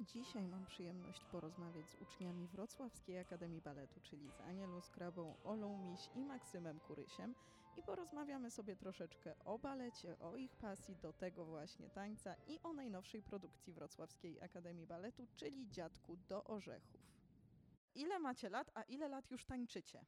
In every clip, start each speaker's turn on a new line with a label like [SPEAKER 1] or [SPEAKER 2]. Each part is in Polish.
[SPEAKER 1] Dzisiaj mam przyjemność porozmawiać z uczniami Wrocławskiej Akademii Baletu, czyli z Anielą Skrabą, Olą Miś i Maksymem Kurysiem i porozmawiamy sobie troszeczkę o balecie, o ich pasji do tego właśnie tańca i o najnowszej produkcji Wrocławskiej Akademii Baletu, czyli Dziadku do orzechów. Ile macie lat, a ile lat już tańczycie?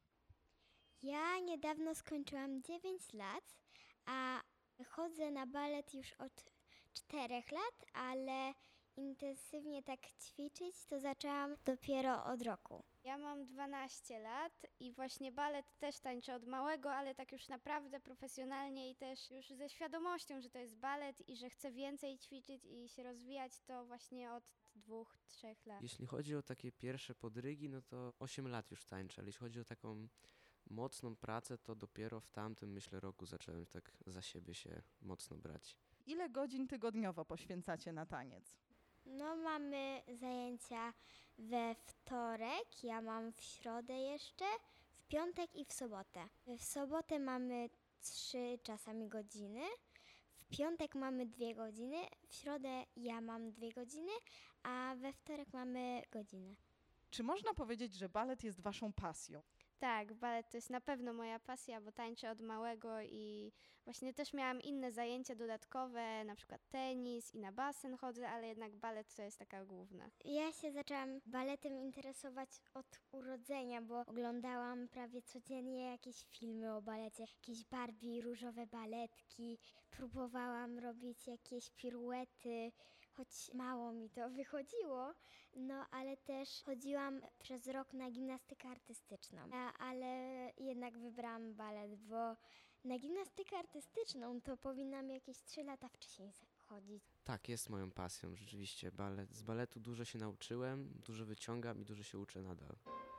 [SPEAKER 2] Ja niedawno skończyłam 9 lat, a chodzę na balet już od 4 lat, ale intensywnie tak ćwiczyć to zaczęłam dopiero od roku.
[SPEAKER 3] Ja mam 12 lat i właśnie balet też tańczę od małego, ale tak już naprawdę profesjonalnie i też już ze świadomością, że to jest balet i że chcę więcej ćwiczyć i się rozwijać, to właśnie od 2-3 lat.
[SPEAKER 4] Jeśli chodzi o takie pierwsze podrygi, no to 8 lat już tańczę, ale jeśli chodzi o taką mocną pracę, to dopiero w tamtym, myślę, roku zacząłem tak za siebie się mocno brać.
[SPEAKER 1] Ile godzin tygodniowo poświęcacie na taniec?
[SPEAKER 2] No mamy zajęcia we wtorek, ja mam w środę jeszcze, w piątek i w sobotę. W sobotę mamy 3 czasami godziny, w piątek mamy 2 godziny, w środę ja mam 2 godziny, a we wtorek mamy godzinę.
[SPEAKER 1] Czy można powiedzieć, że balet jest waszą pasją?
[SPEAKER 3] Tak, balet to jest na pewno moja pasja, bo tańczę od małego i właśnie też miałam inne zajęcia dodatkowe, na przykład tenis i na basen chodzę, ale jednak balet to jest taka główna.
[SPEAKER 2] Ja się zaczęłam baletem interesować od urodzenia, bo oglądałam prawie codziennie jakieś filmy o balecie, jakieś Barbie, różowe baletki. Próbowałam robić jakieś piruety, choć mało mi to wychodziło, no ale też chodziłam przez rok na gimnastykę artystyczną, ale jednak wybrałam balet, bo na gimnastykę artystyczną to powinnam jakieś 3 lata wcześniej chodzić.
[SPEAKER 4] Tak, jest moją pasją, rzeczywiście. Z baletu dużo się nauczyłem, dużo wyciągam i dużo się uczę nadal.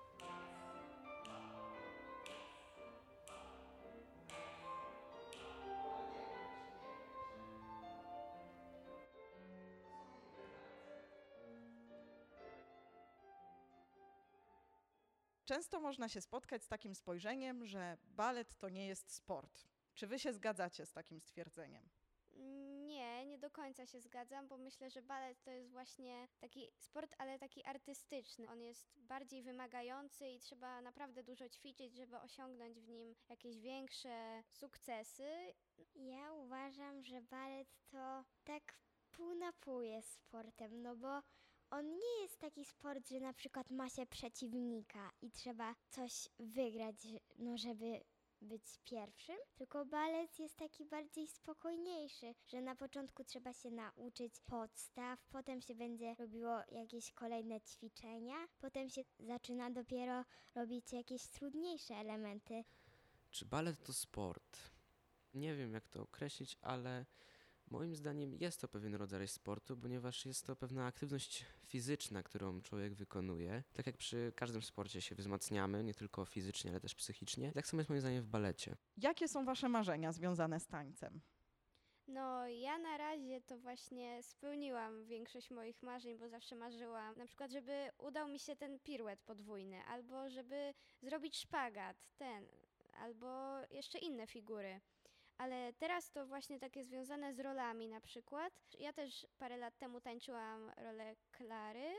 [SPEAKER 1] Często można się spotkać z takim spojrzeniem, że balet to nie jest sport. Czy wy się zgadzacie z takim stwierdzeniem?
[SPEAKER 3] Nie, nie do końca się zgadzam, bo myślę, że balet to jest właśnie taki sport, ale taki artystyczny. On jest bardziej wymagający i trzeba naprawdę dużo ćwiczyć, żeby osiągnąć w nim jakieś większe sukcesy.
[SPEAKER 2] Ja uważam, że balet to tak pół na pół jest sportem, no bo on nie jest taki sport, że na przykład ma się przeciwnika i trzeba coś wygrać, no żeby być pierwszym, tylko balet jest taki bardziej spokojniejszy, że na początku trzeba się nauczyć podstaw, potem się będzie robiło jakieś kolejne ćwiczenia, potem się zaczyna dopiero robić jakieś trudniejsze elementy.
[SPEAKER 4] Czy balet to sport? Nie wiem, jak to określić, ale moim zdaniem jest to pewien rodzaj sportu, ponieważ jest to pewna aktywność fizyczna, którą człowiek wykonuje. Tak jak przy każdym sporcie się wzmacniamy, nie tylko fizycznie, ale też psychicznie. Tak samo jest moim zdaniem w balecie.
[SPEAKER 1] Jakie są wasze marzenia związane z tańcem?
[SPEAKER 3] No, ja na razie to właśnie spełniłam większość moich marzeń, bo zawsze marzyłam, na przykład, żeby udał mi się ten piruet podwójny, albo żeby zrobić szpagat, albo jeszcze inne figury. Ale teraz to właśnie takie związane z rolami na przykład. Ja też parę lat temu tańczyłam rolę Klary,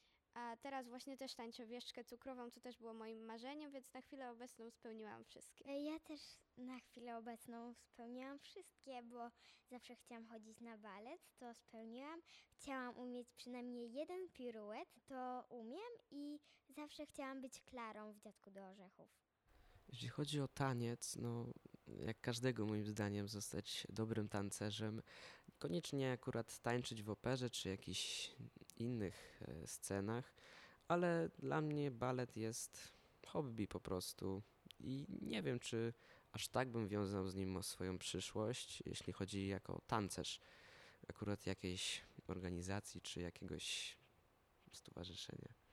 [SPEAKER 3] a teraz właśnie też tańczę Wieszczkę cukrową, co też było moim marzeniem, więc na chwilę obecną spełniłam wszystkie.
[SPEAKER 2] Ja też na chwilę obecną spełniłam wszystkie, bo zawsze chciałam chodzić na balet, to spełniłam. Chciałam umieć przynajmniej jeden piruet, to umiem i zawsze chciałam być Klarą w Dziadku do orzechów.
[SPEAKER 4] Jeśli chodzi o taniec, no jak każdego moim zdaniem zostać dobrym tancerzem, koniecznie akurat tańczyć w operze czy jakichś innych scenach, ale dla mnie balet jest hobby po prostu i nie wiem, czy aż tak bym wiązał z nim swoją przyszłość, jeśli chodzi jako tancerz akurat jakiejś organizacji czy jakiegoś stowarzyszenia.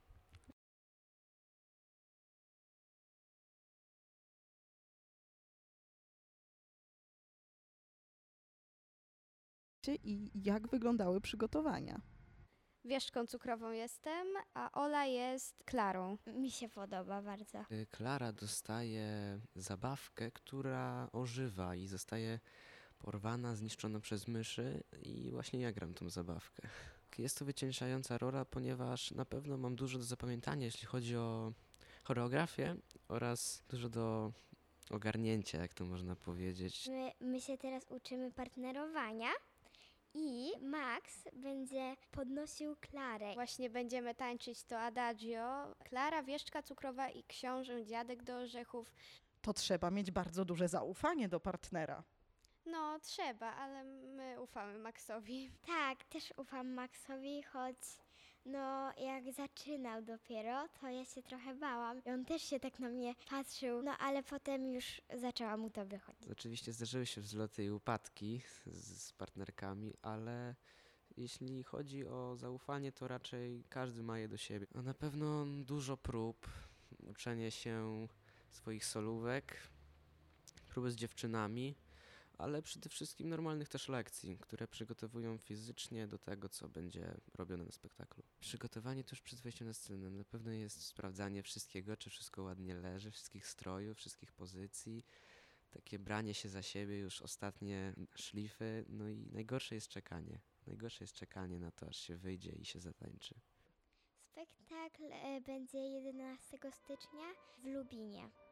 [SPEAKER 1] I jak wyglądały przygotowania?
[SPEAKER 3] Wieszczką cukrową jestem, a Ola jest Klarą.
[SPEAKER 2] Mi się podoba bardzo.
[SPEAKER 4] Klara dostaje zabawkę, która ożywa i zostaje porwana, zniszczona przez myszy i właśnie ja gram tą zabawkę. Jest to wycieńczająca rola, ponieważ na pewno mam dużo do zapamiętania, jeśli chodzi o choreografię oraz dużo do ogarnięcia, jak to można powiedzieć.
[SPEAKER 2] My się teraz uczymy partnerowania i Max będzie podnosił Klarę.
[SPEAKER 3] Właśnie będziemy tańczyć to adagio. Klara, wieszczka cukrowa i książę, dziadek do orzechów.
[SPEAKER 1] To trzeba mieć bardzo duże zaufanie do partnera.
[SPEAKER 3] No, trzeba, ale my ufamy Maxowi.
[SPEAKER 2] Tak, też ufam Maxowi, choć no jak zaczynał dopiero, to ja się trochę bałam. I on też się tak na mnie patrzył, no ale potem już zaczęła mu to wychodzić.
[SPEAKER 4] Oczywiście zdarzyły się wzloty i upadki z partnerkami, ale jeśli chodzi o zaufanie, to raczej każdy ma je do siebie. No na pewno dużo prób, uczenie się swoich solówek, próby z dziewczynami, ale przede wszystkim normalnych też lekcji, które przygotowują fizycznie do tego, co będzie robione na spektaklu. Przygotowanie tuż przed wejściem na scenę na pewno jest sprawdzanie wszystkiego, czy wszystko ładnie leży, wszystkich strojów, wszystkich pozycji, takie branie się za siebie, już ostatnie szlify, no i najgorsze jest czekanie. Najgorsze jest czekanie na to, aż się wyjdzie i się zatańczy.
[SPEAKER 2] Spektakl będzie 11 stycznia w Lubinie.